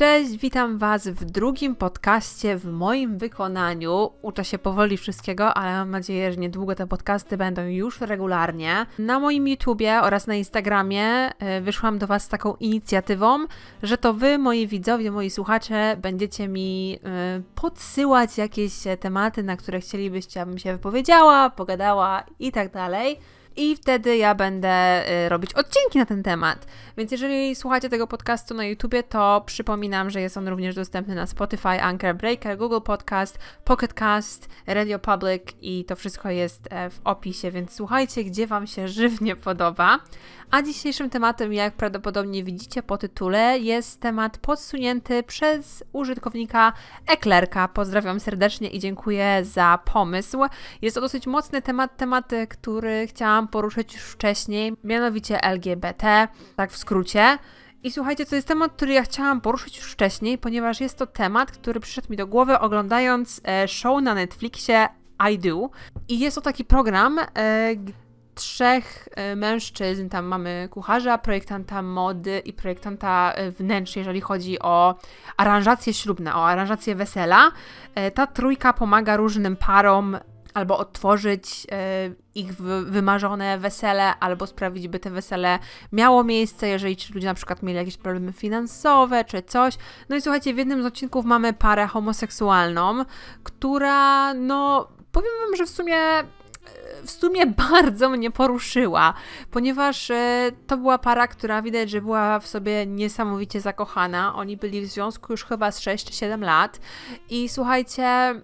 Cześć, witam Was w drugim podcaście w moim wykonaniu. Uczę się powoli wszystkiego, ale mam nadzieję, że niedługo te podcasty będą już regularnie. Na moim YouTubie oraz na Instagramie wyszłam do Was z taką inicjatywą, że to Wy, moi widzowie, moi słuchacze, będziecie mi podsyłać jakieś tematy, na które chcielibyście, abym się wypowiedziała, pogadała i tak dalej. I wtedy ja będę robić odcinki na ten temat. Więc jeżeli słuchacie tego podcastu na YouTubie, to przypominam, że jest on również dostępny na Spotify, Anchor, Breaker, Google Podcast, Pocket Cast, Radio Public i to wszystko jest w opisie, więc słuchajcie, gdzie Wam się żywnie podoba. A dzisiejszym tematem, jak prawdopodobnie widzicie po tytule, jest temat podsunięty przez użytkownika Eklerka. Pozdrawiam serdecznie i dziękuję za pomysł. Jest to dosyć mocny temat, który chciałam poruszyć już wcześniej, mianowicie LGBT, tak w skrócie. I słuchajcie, to jest temat, który ja chciałam poruszyć już wcześniej, ponieważ jest to temat, który przyszedł mi do głowy oglądając show na Netflixie I Do. I jest to taki program, trzech mężczyzn, tam mamy kucharza, projektanta mody i projektanta wnętrz, jeżeli chodzi o aranżacje ślubne, o aranżację wesela. Ta trójka pomaga różnym parom albo odtworzyć ich wymarzone wesele, albo sprawić, by te wesele miało miejsce, jeżeli ci ludzie na przykład mieli jakieś problemy finansowe, czy coś. No i słuchajcie, w jednym z odcinków mamy parę homoseksualną, która, no, powiem wam, że w sumie bardzo mnie poruszyła, ponieważ to była para, która widać, że była w sobie niesamowicie zakochana. Oni byli w związku już chyba z 6 czy 7 lat i słuchajcie,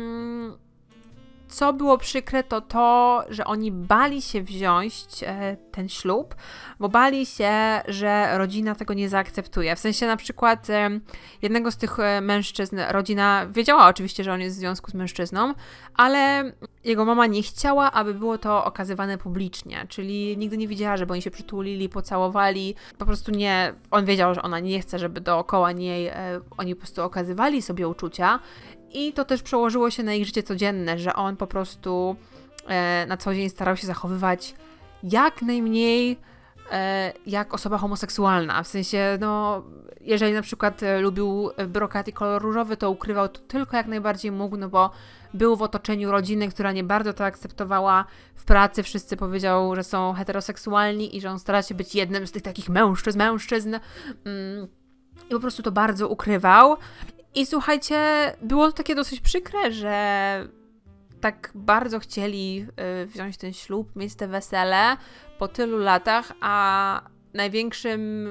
co było przykre, to, że oni bali się wziąć ten ślub, bo bali się, że rodzina tego nie zaakceptuje. W sensie na przykład jednego z tych mężczyzn, rodzina wiedziała oczywiście, że on jest w związku z mężczyzną, ale jego mama nie chciała, aby było to okazywane publicznie, czyli nigdy nie widziała, żeby oni się przytulili, pocałowali, po prostu nie, on wiedział, że ona nie chce, żeby dookoła niej oni po prostu okazywali sobie uczucia. I to też przełożyło się na ich życie codzienne, że on po prostu na co dzień starał się zachowywać jak najmniej jak osoba homoseksualna. W sensie, no, jeżeli na przykład lubił brokat i kolor różowy, to ukrywał to tylko jak najbardziej mógł, no bo był w otoczeniu rodziny, która nie bardzo to akceptowała. W pracy wszyscy powiedział, że są heteroseksualni i że on stara się być jednym z tych takich mężczyzn. I po prostu to bardzo ukrywał. I słuchajcie, było to takie dosyć przykre, że tak bardzo chcieli wziąć ten ślub, mieć te wesele po tylu latach, a największym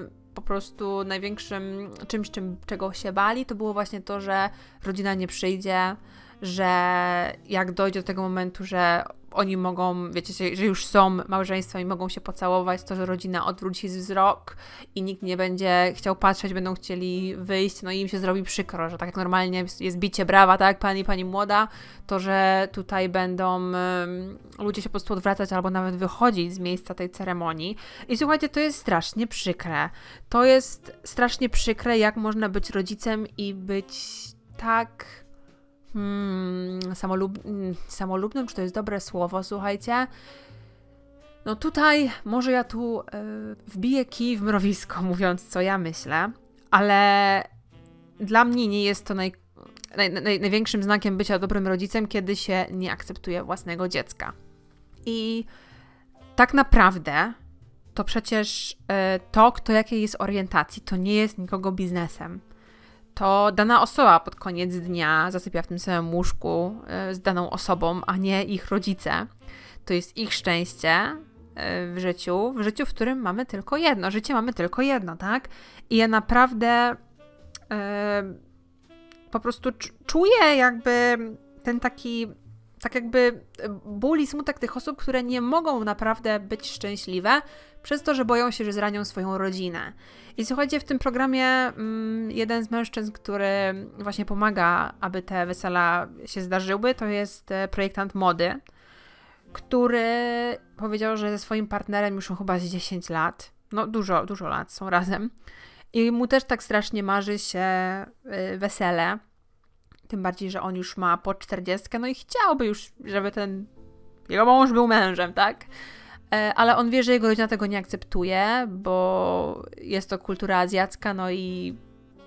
czymś, czego się bali, to było właśnie to, że rodzina nie przyjdzie, że jak dojdzie do tego momentu, że oni mogą, wiecie, że już są małżeństwem i mogą się pocałować, to, że rodzina odwróci wzrok i nikt nie będzie chciał patrzeć, będą chcieli wyjść, no i im się zrobi przykro, że tak jak normalnie jest bicie brawa, tak, pani młoda, to, że tutaj będą ludzie się po prostu odwracać albo nawet wychodzić z miejsca tej ceremonii. I słuchajcie, to jest strasznie przykre. To jest strasznie przykre, jak można być rodzicem i być tak samolubnym, czy to jest dobre słowo, słuchajcie. No tutaj, może ja tu wbiję kij w mrowisko, mówiąc co ja myślę, ale dla mnie nie jest to największym znakiem bycia dobrym rodzicem, kiedy się nie akceptuje własnego dziecka. I tak naprawdę to przecież to, kto jakiej jest orientacji, to nie jest nikogo biznesem. To dana osoba pod koniec dnia zasypia w tym samym łóżku z daną osobą, a nie ich rodzice. To jest ich szczęście w życiu, w którym mamy tylko jedno. Życie mamy tylko jedno, tak? I ja naprawdę po prostu czuję jakby ten taki, tak jakby ból i smutek tych osób, które nie mogą naprawdę być szczęśliwe przez to, że boją się, że zranią swoją rodzinę. I słuchajcie, w tym programie jeden z mężczyzn, który właśnie pomaga, aby te wesela się zdarzyły, to jest projektant mody, który powiedział, że ze swoim partnerem już chyba z 10 lat, no dużo lat są razem i mu też tak strasznie marzy się wesele, tym bardziej, że on już ma po 40, no i chciałby już, żeby ten jego mąż był mężem, tak? Ale on wie, że jego rodzina tego nie akceptuje, bo jest to kultura azjacka, no i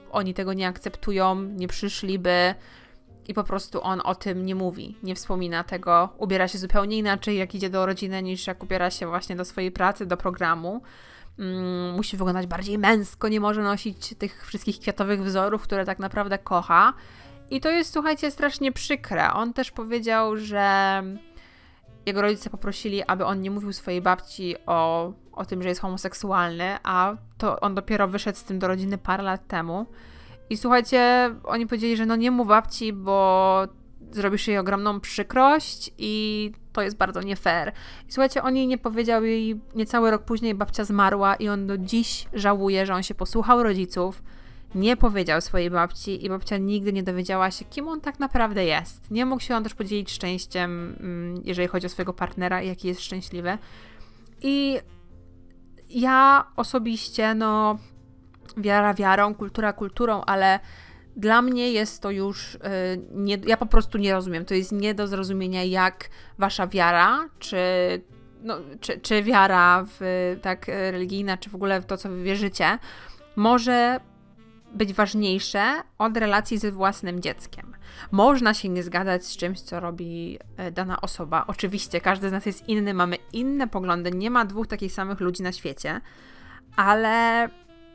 oni tego nie akceptują, nie przyszliby i po prostu on o tym nie mówi, nie wspomina tego, ubiera się zupełnie inaczej, jak idzie do rodziny, niż jak ubiera się właśnie do swojej pracy, do programu. Musi wyglądać bardziej męsko, nie może nosić tych wszystkich kwiatowych wzorów, które tak naprawdę kocha. I to jest, słuchajcie, strasznie przykre. On też powiedział, że jego rodzice poprosili, aby on nie mówił swojej babci o tym, że jest homoseksualny, a to on dopiero wyszedł z tym do rodziny parę lat temu. I słuchajcie, oni powiedzieli, że no nie mów babci, bo zrobisz jej ogromną przykrość i to jest bardzo nie fair. I słuchajcie, on jej nie powiedział i niecały rok później babcia zmarła i on do dziś żałuje, że on się posłuchał rodziców, nie powiedział swojej babci i babcia nigdy nie dowiedziała się, kim on tak naprawdę jest. Nie mógł się on też podzielić szczęściem, jeżeli chodzi o swojego partnera i jaki jest szczęśliwy. I ja osobiście, no wiara wiarą, kultura kulturą, ale dla mnie jest to już, ja po prostu nie rozumiem, to jest nie do zrozumienia, jak wasza wiara, czy wiara tak religijna, czy w ogóle w to, co wy wierzycie, może być ważniejsze od relacji ze własnym dzieckiem. Można się nie zgadzać z czymś, co robi dana osoba. Oczywiście, każdy z nas jest inny, mamy inne poglądy, nie ma dwóch takich samych ludzi na świecie, ale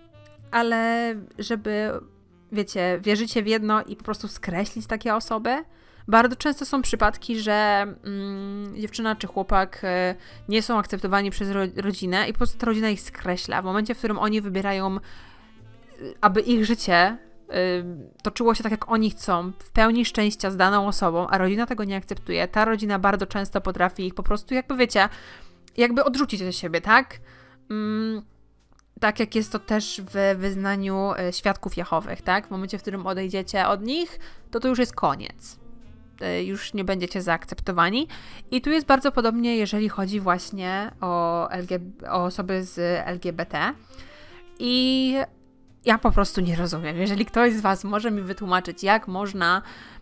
żeby, wiecie, wierzycie w jedno i po prostu skreślić takie osoby. Bardzo często są przypadki, że dziewczyna czy chłopak nie są akceptowani przez rodzinę i po prostu ta rodzina ich skreśla. W momencie, w którym oni wybierają, aby ich życie toczyło się tak, jak oni chcą, w pełni szczęścia z daną osobą, a rodzina tego nie akceptuje, ta rodzina bardzo często potrafi ich po prostu, jakby wiecie, jakby odrzucić od siebie, tak? Tak jak jest to też w wyznaniu świadków Jehowych, tak? W momencie, w którym odejdziecie od nich, to już jest koniec. Już nie będziecie zaakceptowani. I tu jest bardzo podobnie, jeżeli chodzi właśnie o osoby z LGBT. I ja po prostu nie rozumiem. Jeżeli ktoś z was może mi wytłumaczyć, jak można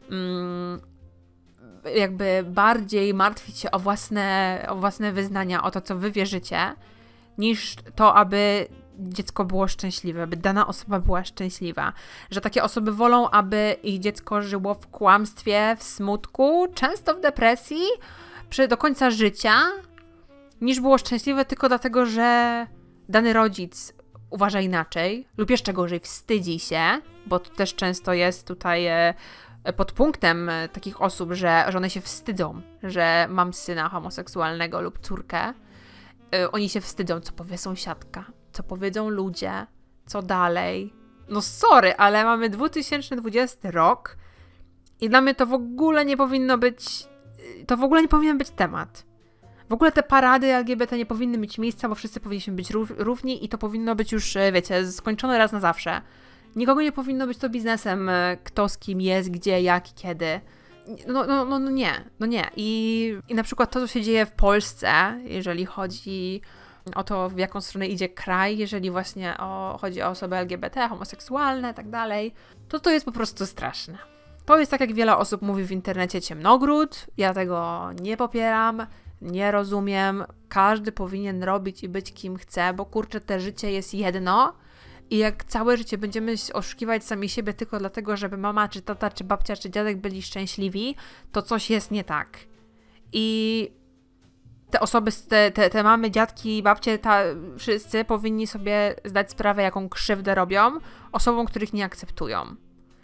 jakby bardziej martwić się o własne wyznania, o to, co wy wierzycie, niż to, aby dziecko było szczęśliwe, by dana osoba była szczęśliwa. Że takie osoby wolą, aby ich dziecko żyło w kłamstwie, w smutku, często w depresji, do końca życia, niż było szczęśliwe tylko dlatego, że dany rodzic uważa inaczej, lub jeszcze gorzej, wstydzi się, bo to też często jest tutaj podpunktem takich osób, że one się wstydzą, że mam syna homoseksualnego lub córkę. Oni się wstydzą, co powie sąsiadka, co powiedzą ludzie, co dalej. No sorry, ale mamy 2020 rok i dla mnie to w ogóle nie powinno być, to w ogóle nie powinien być temat. W ogóle te parady LGBT nie powinny mieć miejsca, bo wszyscy powinniśmy być równi i to powinno być już, wiecie, skończone raz na zawsze. Nikogo nie powinno być to biznesem, kto z kim jest, gdzie, jak, kiedy. No nie. I na przykład to, co się dzieje w Polsce, jeżeli chodzi o to, w jaką stronę idzie kraj, jeżeli właśnie chodzi o osoby LGBT, homoseksualne i tak dalej, to jest po prostu straszne. To jest tak, jak wiele osób mówi w internecie, ciemnogród. Ja tego nie popieram, nie rozumiem. Każdy powinien robić i być kim chce, bo kurczę, te życie jest jedno. I jak całe życie będziemy oszukiwać sami siebie tylko dlatego, żeby mama, czy tata, czy babcia, czy dziadek byli szczęśliwi, to coś jest nie tak. I te osoby, te mamy, dziadki, babcie, wszyscy powinni sobie zdać sprawę, jaką krzywdę robią osobom, których nie akceptują.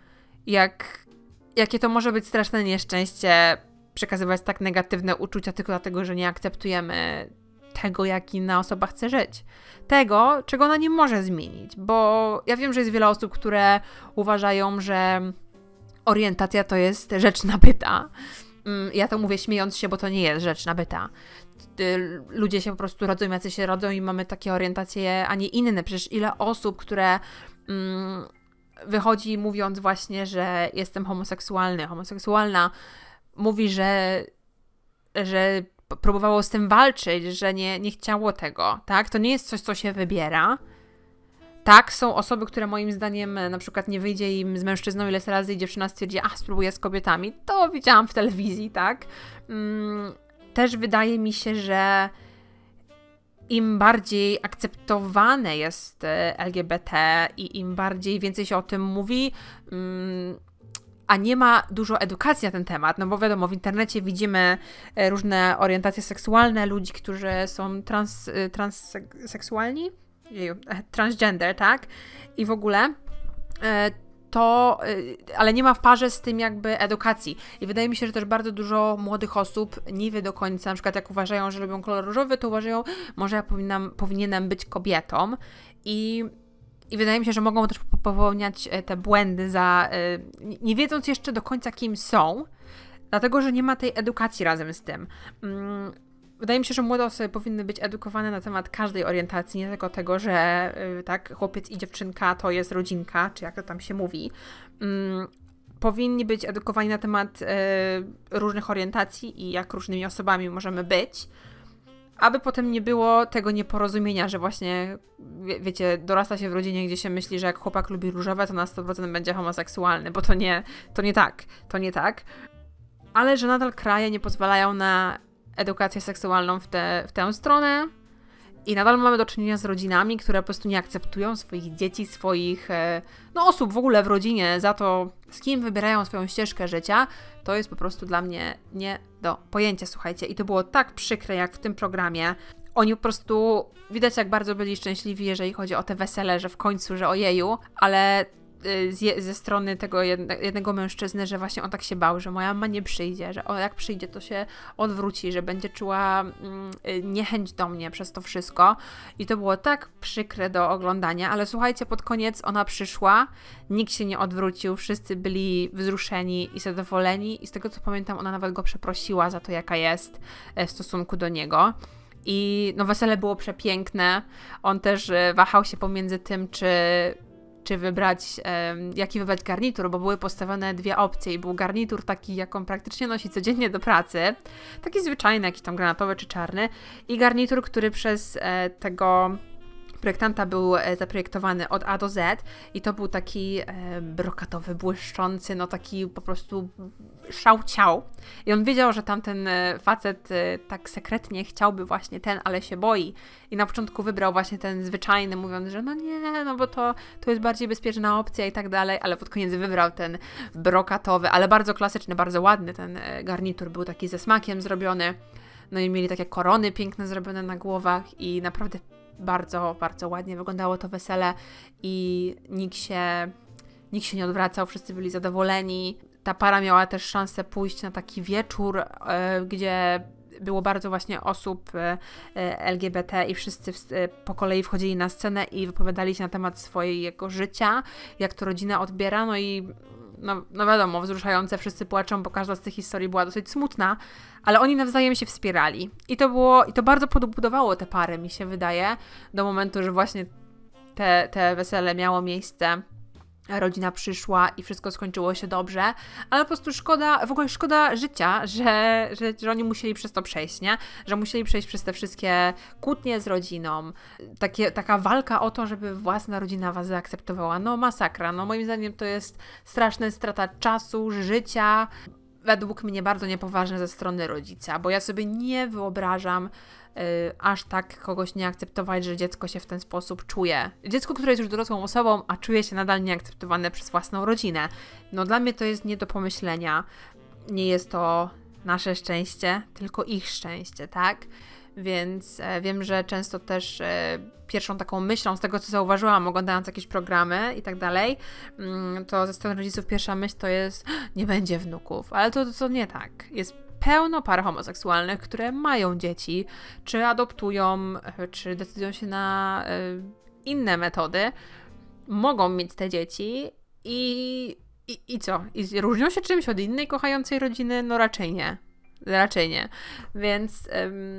Jakie to może być straszne nieszczęście przekazywać tak negatywne uczucia tylko dlatego, że nie akceptujemy tego, jak inna osoba chce żyć. Tego, czego ona nie może zmienić, bo ja wiem, że jest wiele osób, które uważają, że orientacja to jest rzecz nabyta. Ja to mówię śmiejąc się, bo to nie jest rzecz nabyta. Ludzie się po prostu rodzą, jacy się rodzą i mamy takie orientacje, a nie inne. Przecież ile osób, które wychodzi mówiąc właśnie, że jestem homoseksualny, homoseksualna, mówi, że próbowało z tym walczyć, że nie chciało tego, tak? To nie jest coś, co się wybiera. Tak, są osoby, które moim zdaniem na przykład nie wyjdzie im z mężczyzną ileś razy i dziewczyna stwierdzi, spróbuję z kobietami. To widziałam w telewizji, tak? Też wydaje mi się, że im bardziej akceptowane jest LGBT i im więcej się o tym mówi, a nie ma dużo edukacji na ten temat, no bo wiadomo, w internecie widzimy różne orientacje seksualne ludzi, którzy są transseksualni, transgender, tak? I w ogóle ale nie ma w parze z tym jakby edukacji. I wydaje mi się, że też bardzo dużo młodych osób nie wie do końca, na przykład jak uważają, że lubią kolor różowy, to uważają, może ja powinienem być kobietą. I wydaje mi się, że mogą też popełniać te błędy nie wiedząc jeszcze do końca kim są, dlatego, że nie ma tej edukacji razem z tym. Wydaje mi się, że młode osoby powinny być edukowane na temat każdej orientacji, nie tylko tego, że tak, chłopiec i dziewczynka to jest rodzinka, czy jak to tam się mówi. Powinni być edukowani na temat różnych orientacji i jak różnymi osobami możemy być, aby potem nie było tego nieporozumienia, że właśnie, wiecie, dorasta się w rodzinie, gdzie się myśli, że jak chłopak lubi różowe, to na 100% będzie homoseksualny, bo to nie tak. Ale że nadal kraje nie pozwalają na edukację seksualną w tę stronę i nadal mamy do czynienia z rodzinami, które po prostu nie akceptują swoich dzieci, swoich osób w ogóle w rodzinie za to, z kim wybierają swoją ścieżkę życia. To jest po prostu dla mnie nie do pojęcia, słuchajcie. I to było tak przykre, jak w tym programie. Oni po prostu, widać jak bardzo byli szczęśliwi, jeżeli chodzi o te wesele, że w końcu, że ojeju, ale ze strony tego jednego mężczyzny, że właśnie on tak się bał, że moja mama nie przyjdzie, że jak przyjdzie, to się odwróci, że będzie czuła niechęć do mnie przez to wszystko. I to było tak przykre do oglądania, ale słuchajcie, pod koniec ona przyszła, nikt się nie odwrócił, wszyscy byli wzruszeni i zadowoleni i z tego co pamiętam, ona nawet go przeprosiła za to, jaka jest w stosunku do niego. I wesele było przepiękne. On też wahał się pomiędzy tym, jaki wybrać garnitur, bo były postawione dwie opcje i był garnitur taki, jaką praktycznie nosi codziennie do pracy, taki zwyczajny, jakiś tam granatowy czy czarny i garnitur, który przez tego projektanta był zaprojektowany od A do Z i to był taki brokatowy, błyszczący, taki po prostu szał-ciał. I on wiedział, że tamten facet tak sekretnie chciałby właśnie ten, ale się boi. I na początku wybrał właśnie ten zwyczajny, mówiąc, że bo to jest bardziej bezpieczna opcja i tak dalej, ale pod koniec wybrał ten brokatowy, ale bardzo klasyczny, bardzo ładny ten garnitur, był taki ze smakiem zrobiony. No i mieli takie korony piękne zrobione na głowach i naprawdę bardzo, bardzo ładnie wyglądało to wesele i nikt się nie odwracał, wszyscy byli zadowoleni. Ta para miała też szansę pójść na taki wieczór, gdzie było bardzo właśnie osób LGBT i wszyscy po kolei wchodzili na scenę i wypowiadali się na temat swojego życia, jak to rodzina odbiera, no i wiadomo, wzruszające, wszyscy płaczą, bo każda z tych historii była dosyć smutna, ale oni nawzajem się wspierali. I to bardzo podbudowało te pary, mi się wydaje, do momentu, że właśnie te wesele miało miejsce, rodzina przyszła i wszystko skończyło się dobrze, ale po prostu szkoda życia, że oni musieli przez to przejść, nie? Że musieli przejść przez te wszystkie kłótnie z rodziną, taka walka o to, żeby własna rodzina was zaakceptowała. Masakra. Moim zdaniem to jest straszna strata czasu, życia, według mnie bardzo niepoważne ze strony rodzica, bo ja sobie nie wyobrażam aż tak kogoś nie akceptować, że dziecko się w ten sposób czuje. Dziecko, które jest już dorosłą osobą, a czuje się nadal nieakceptowane przez własną rodzinę. Dla mnie to jest nie do pomyślenia. Nie jest to nasze szczęście, tylko ich szczęście, tak? Więc wiem, że często też pierwszą taką myślą, z tego co zauważyłam, oglądając jakieś programy i tak dalej, to ze strony rodziców pierwsza myśl to jest, nie będzie wnuków, ale to nie tak. Jest pełno par homoseksualnych, które mają dzieci, czy adoptują, czy decydują się na inne metody, mogą mieć te dzieci i co? I różnią się czymś od innej kochającej rodziny? Raczej nie. Raczej nie. Więc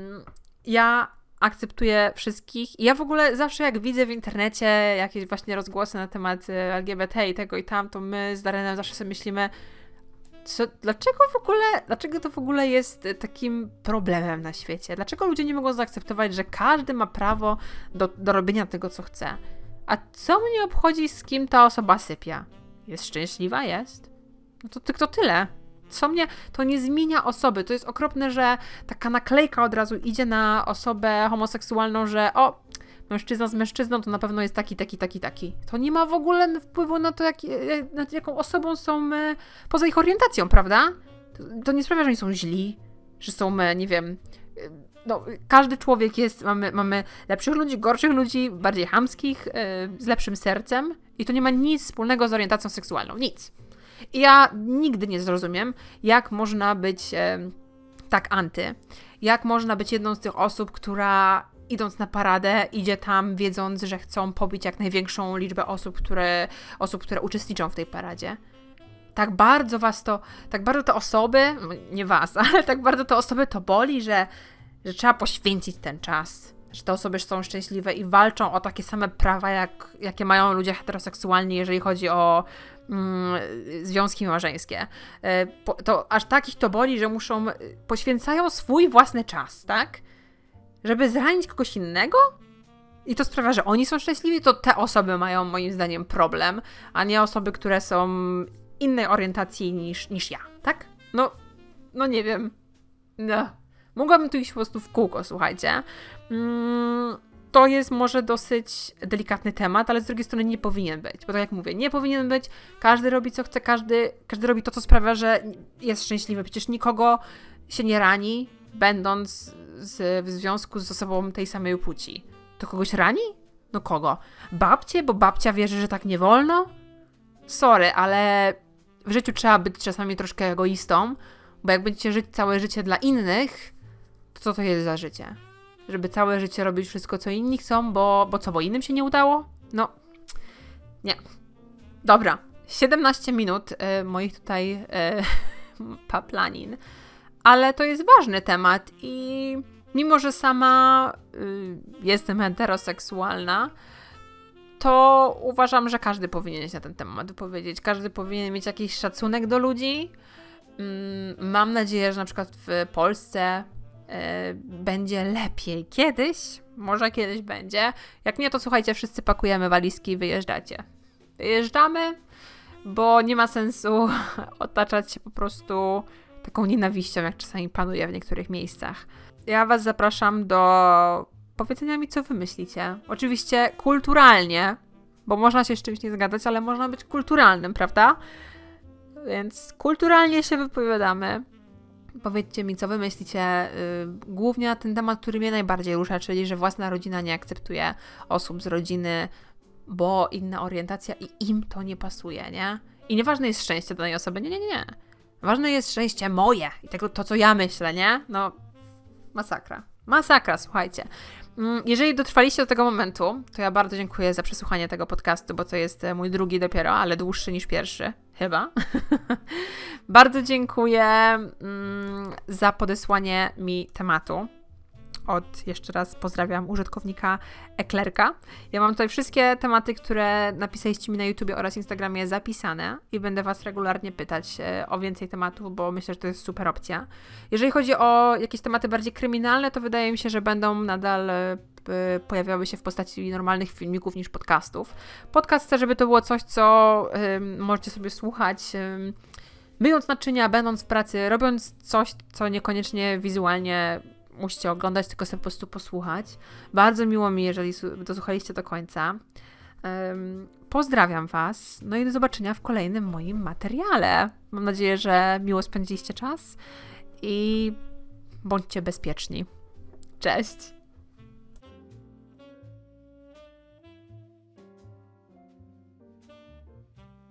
ja akceptuję wszystkich. I ja w ogóle zawsze jak widzę w internecie jakieś właśnie rozgłosy na temat LGBT i tego i tam, to my z Darenem zawsze sobie myślimy, dlaczego to w ogóle jest takim problemem na świecie? Dlaczego ludzie nie mogą zaakceptować, że każdy ma prawo do robienia tego, co chce? A co mnie obchodzi, z kim ta osoba sypia? Jest szczęśliwa? Jest. To tylko tyle. To nie zmienia osoby. To jest okropne, że taka naklejka od razu idzie na osobę homoseksualną, że mężczyzna z mężczyzną to na pewno jest taki. To nie ma w ogóle wpływu na to, jaką osobą są poza ich orientacją, prawda? To nie sprawia, że oni są źli, że są, nie wiem... No, każdy człowiek jest, mamy lepszych ludzi, gorszych ludzi, bardziej chamskich, z lepszym sercem i to nie ma nic wspólnego z orientacją seksualną. Nic. I ja nigdy nie zrozumiem, jak można być tak anty. Jak można być jedną z tych osób, która idąc na paradę idzie tam, wiedząc, że chcą pobić jak największą liczbę osób, które uczestniczą w tej paradzie. Tak bardzo te osoby, nie was, ale tak bardzo te osoby to boli, że trzeba poświęcić ten czas, że te osoby są szczęśliwe i walczą o takie same prawa, jakie mają ludzie heteroseksualni, jeżeli chodzi o związki małżeńskie. To aż tak ich to boli, że poświęcają swój własny czas, tak? Żeby zranić kogoś innego? I to sprawia, że oni są szczęśliwi, to te osoby mają moim zdaniem problem, a nie osoby, które są innej orientacji niż ja, tak? No nie wiem. No. Mogłabym tu iść po prostu w kółko, słuchajcie. To jest może dosyć delikatny temat, ale z drugiej strony nie powinien być. Bo tak jak mówię, nie powinien być. Każdy robi co chce, każdy robi to, co sprawia, że jest szczęśliwy. Przecież nikogo się nie rani, będąc w związku z osobą tej samej płci. To kogoś rani? No kogo? Babcie? Bo babcia wierzy, że tak nie wolno? Sorry, ale w życiu trzeba być czasami troszkę egoistą, bo jak będziecie żyć całe życie dla innych, to co to jest za życie? Żeby całe życie robić wszystko, co inni chcą, bo innym się nie udało? No, nie. Dobra, 17 minut moich tutaj paplanin, ale to jest ważny temat i mimo, że sama jestem heteroseksualna, to uważam, że każdy powinien się na ten temat wypowiedzieć. Każdy powinien mieć jakiś szacunek do ludzi. Mam nadzieję, że na przykład w Polsce będzie lepiej kiedyś. Może kiedyś będzie. Jak nie, to słuchajcie, wszyscy pakujemy walizki i wyjeżdżacie. Wyjeżdżamy, bo nie ma sensu otaczać się po prostu taką nienawiścią, jak czasami panuje w niektórych miejscach. Ja was zapraszam do powiedzenia mi, co wy myślicie. Oczywiście kulturalnie, bo można się z czymś nie zgadzać, ale można być kulturalnym, prawda? Więc kulturalnie się wypowiadamy. Powiedzcie mi, co wy myślicie głównie na ten temat, który mnie najbardziej rusza, czyli że własna rodzina nie akceptuje osób z rodziny, bo inna orientacja i im to nie pasuje, nie? I nieważne jest szczęście danej osoby, nie. Ważne jest szczęście moje i to, co ja myślę, nie? No, masakra, słuchajcie. Jeżeli dotrwaliście do tego momentu, to ja bardzo dziękuję za przesłuchanie tego podcastu, bo to jest mój drugi dopiero, ale dłuższy niż pierwszy, chyba. Bardzo dziękuję za podesłanie mi tematu. Jeszcze raz pozdrawiam użytkownika Eklerka. Ja mam tutaj wszystkie tematy, które napisaliście mi na YouTubie oraz Instagramie zapisane i będę was regularnie pytać o więcej tematów, bo myślę, że to jest super opcja. Jeżeli chodzi o jakieś tematy bardziej kryminalne, to wydaje mi się, że będą nadal pojawiały się w postaci normalnych filmików niż podcastów. Podcast chcę, żeby to było coś, co możecie sobie słuchać myjąc naczynia, będąc w pracy, robiąc coś, co niekoniecznie wizualnie musicie oglądać, tylko sobie po prostu posłuchać. Bardzo miło mi, jeżeli dosłuchaliście do końca. Pozdrawiam was. No i do zobaczenia w kolejnym moim materiale. Mam nadzieję, że miło spędziliście czas i bądźcie bezpieczni. Cześć!